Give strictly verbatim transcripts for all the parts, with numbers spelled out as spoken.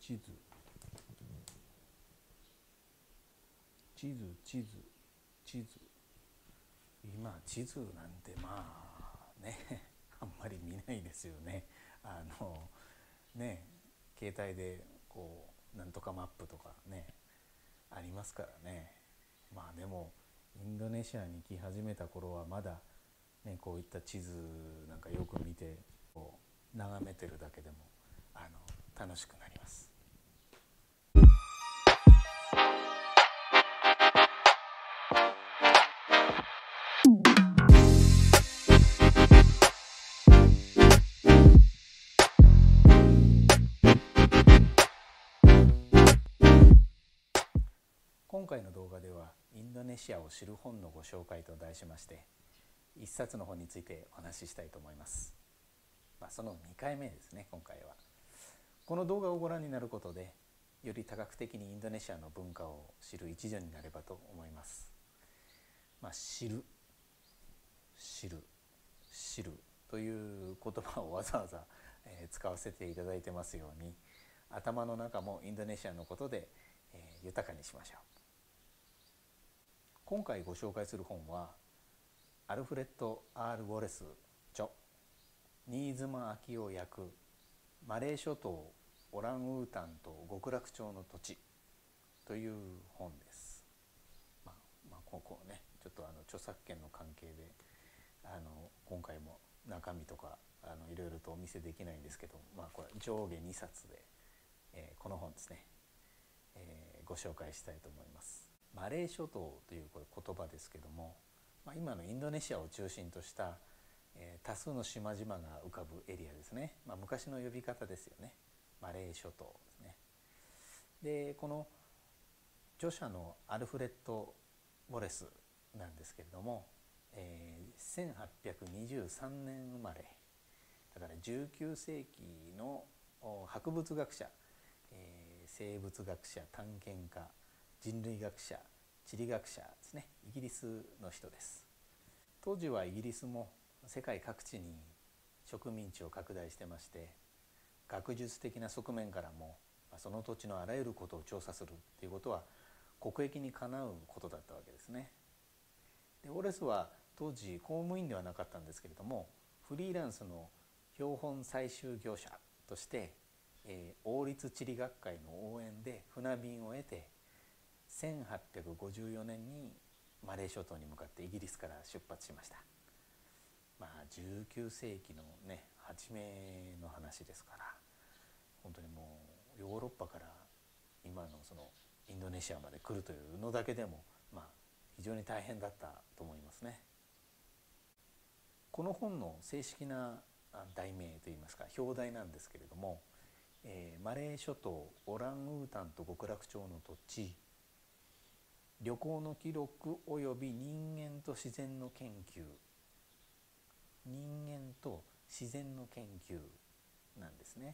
地図地図地図地図今地図なんてまあねあんまり見ないですよね。あのね携帯でこうなんとかマップとかねありますからね。まあでもインドネシアに来始めた頃はまだねこういった地図なんかよく見てこう眺めてるだけでもあの楽しくなります。今回の動画ではインドネシアを知る本のご紹介と題しまして一冊の本についてお話ししたいと思います。まあ、そのにかいめですね。今回はこの動画をご覧になることでより多角的にインドネシアの文化を知る一助になればと思います。まあ、知る知る知るという言葉をわざわざ、えー、使わせていただいてますように頭の中もインドネシアのことで、えー、豊かにしましょう。今回ご紹介する本はアルフレッド・ アール・ウォレス著、新妻昭夫訳、マレー諸島オランウータンと極楽鳥の土地という本です。まあ、まあ、ここねちょっとあの著作権の関係であの今回も中身とかあのいろいろとお見せできないんですけど、まあ、これ上下にさつで、えー、この本ですね、えー、ご紹介したいと思います。マレー諸島というこれ言葉ですけども、まあ、今のインドネシアを中心とした、えー、多数の島々が浮かぶエリアですね。まあ、昔の呼び方ですよね。マレー諸島ですね。でこの著者のアルフレッド・ウォレスなんですけれども、えー、せんはっぴゃくにじゅうさんねん生まれだからじゅうきゅうせいきの博物学者、えー、生物学者、探検家、人類学者、地理学者ですね。イギリスの人です。当時はイギリスも世界各地に植民地を拡大してまして、学術的な側面からもその土地のあらゆることを調査するっていうことは国益にかなうことだったわけですね。でウォレスは当時公務員ではなかったんですけれども、フリーランスの標本採集業者として、えー、王立地理学会の応援で船便を得てせんはっぴゃくごじゅうよねんにマレー諸島に向かってイギリスから出発しました。まあじゅうきゅうせいきのね初めの話ですから、本当にもうヨーロッパから今のそのインドネシアまで来るというのだけでもまあ非常に大変だったと思いますね。この本の正式な題名といいますか表題なんですけれども、えー、マレー諸島オランウータンと極楽鳥の土地、旅行の記録および人間と自然の研究、人間と自然の研究なんですね。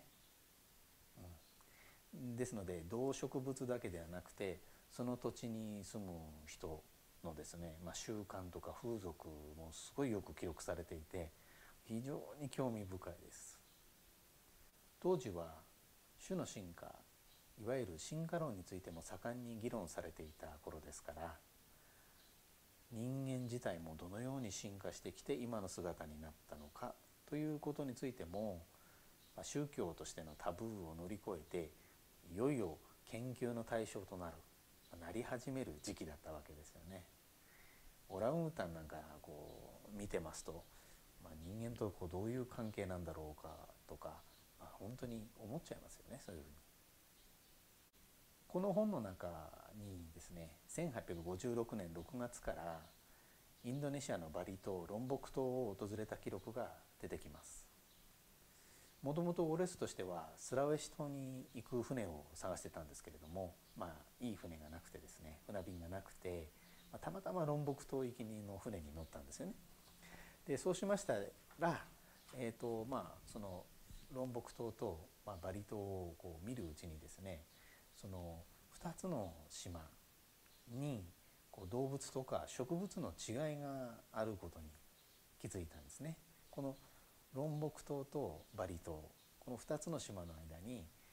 うん、ですので動植物だけではなくてその土地に住む人のですね、まあ、習慣とか風俗もすごいよく記録されていて非常に興味深いです。当時は種の進化、いわゆる進化論についても盛んに議論されていた頃ですから、人間自体もどのように進化してきて今の姿になったのかということについても、まあ、宗教としてのタブーを乗り越えていよいよ研究の対象となる、なり始める時期だったわけですよね。オランウータンなんかこう見てますと、まあ、人間とこうどういう関係なんだろうかとか、まあ、本当に思っちゃいますよね。そういうふうにこの本の中にですね、せんはっぴゃくごじゅうろくねんろくがつからインドネシアのバリ島ロンボク島を訪れた記録が出てきます。もともとウォレスとしてはスラウェシ島に行く船を探してたんですけれども、まあいい船がなくてですね、船便がなくて、まあ、たまたまロンボク島行きの船に乗ったんですよね。でそうしましたら、えーとまあ、そのロンボク島と、まあ、バリ島をこう見るうちにですね、そのふたつの島にこう動物とか植物の違いがあることに気づいたんですね。このロンボク島とバリ島、このふたつの島の間に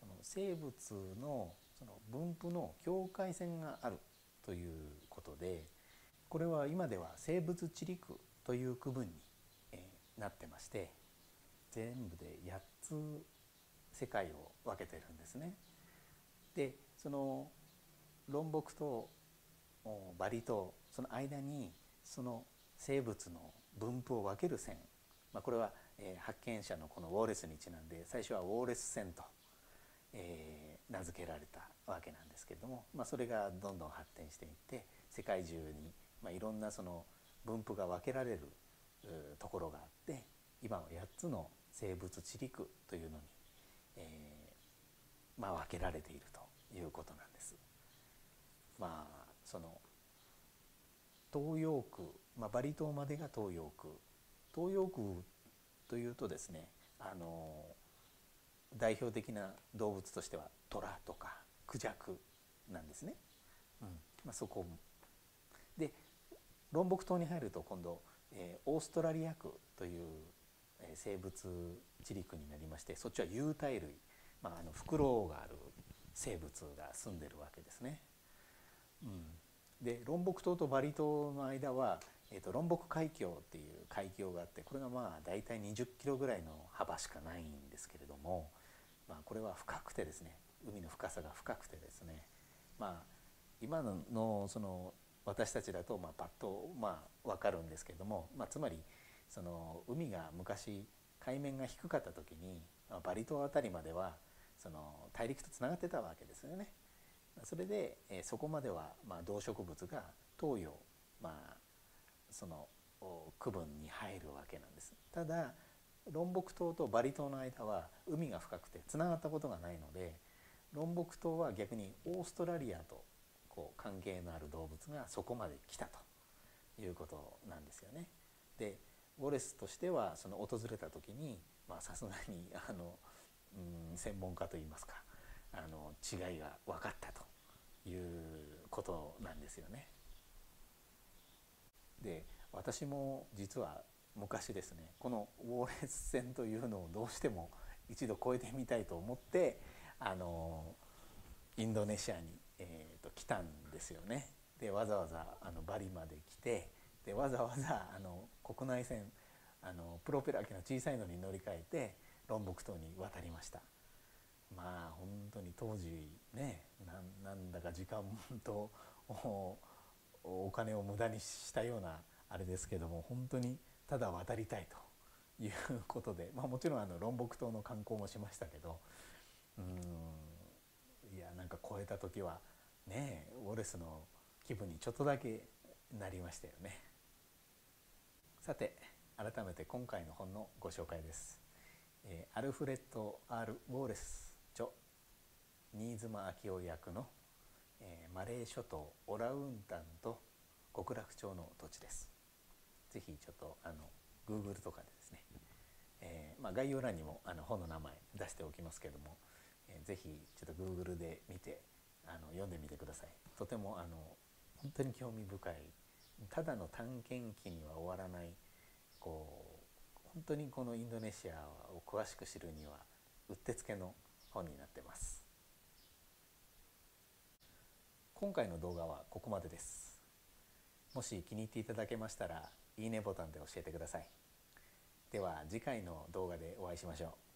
その生物のその分布の境界線があるということで、これは今では生物地理区という区分に、えー、なってまして、全部でやっつ世界を分けてるんですね。でそのロンボク島、バリ島、その間にその生物の分布を分ける線、まあ、これは、えー、発見者のこのウォーレスにちなんで最初はウォーレス線と、えー、名付けられたわけなんですけれども、まあ、それがどんどん発展していって世界中に、まあ、いろんなその分布が分けられるところがあって、今はやっつの生物地理区というのに、えーまあ、分けられているということなんです。まあその東洋区、まあ、バリ島までが東洋区。東洋区というとですね、あの代表的な動物としてはトラとかクジャクなんですね。うんまあ、そこでロンボク島に入ると今度、えー、オーストラリア区という、えー、生物地理区になりまして、そっちは有袋類、まあ、あの袋がある生物が住んでるわけですね。うん、でロンボク島とバリ島の間は、えー、とロンボク海峡っていう海峡があって、これがまあ大体にじゅっキロぐらいの幅しかないんですけれども、まあ、これは深くてですね、海の深さが深くてですね、まあ今のその私たちだとまあパッとまあ分かるんですけれども、まあ、つまりその海が昔海面が低かった時に、まあ、バリ島あたりまではその大陸とつながってたわけですよね。それで、えー、そこまではまあ動植物が東洋、まあ、その区分に入るわけなんです。ただロンボク島とバリ島の間は海が深くてつながったことがないので、ロンボク島は逆にオーストラリアとこう関係のある動物がそこまで来たということなんですよね。でウォレスとしてはその訪れた時にさすがにあの、うん、専門家といいますか、あの違いが分かったということなんですよね。で私も実は昔ですね、このウォーレス線というのをどうしても一度越えてみたいと思ってあのインドネシアに、えー、と来たんですよね。でわざわざあのバリまで来て、でわざわざあの国内線、あのプロペラ機の小さいのに乗り換えてロンボク島に渡りました。まあ本当に当時ね、な ん, なんだか時間と お, お金を無駄にしたようなあれですけども、本当にただ渡りたいということで、まあ、もちろんあのロンボク島の観光もしましたけど、うーんいやなんか超えた時はねウォレスの気分にちょっとだけなりましたよね。さて改めて今回の本のご紹介です。えー、アルフレッド・ R・ ウォーレス著、新妻昭夫役の、えー、マレー諸島オラウンタンと極楽鳥の土地です。ぜひちょっとあの Google とかでですね、えーまあ、概要欄にもあの本の名前出しておきますけれども、えー、ぜひちょっと Google で見てあの読んでみてください。とてもあの本当に興味深い、ただの探検記には終わらない、こう本当にこのインドネシアを詳しく知るにはうってつけの本になってます。今回の動画はここまでです。もし気に入っていただけましたらいいねボタンで教えてください。では次回の動画でお会いしましょう。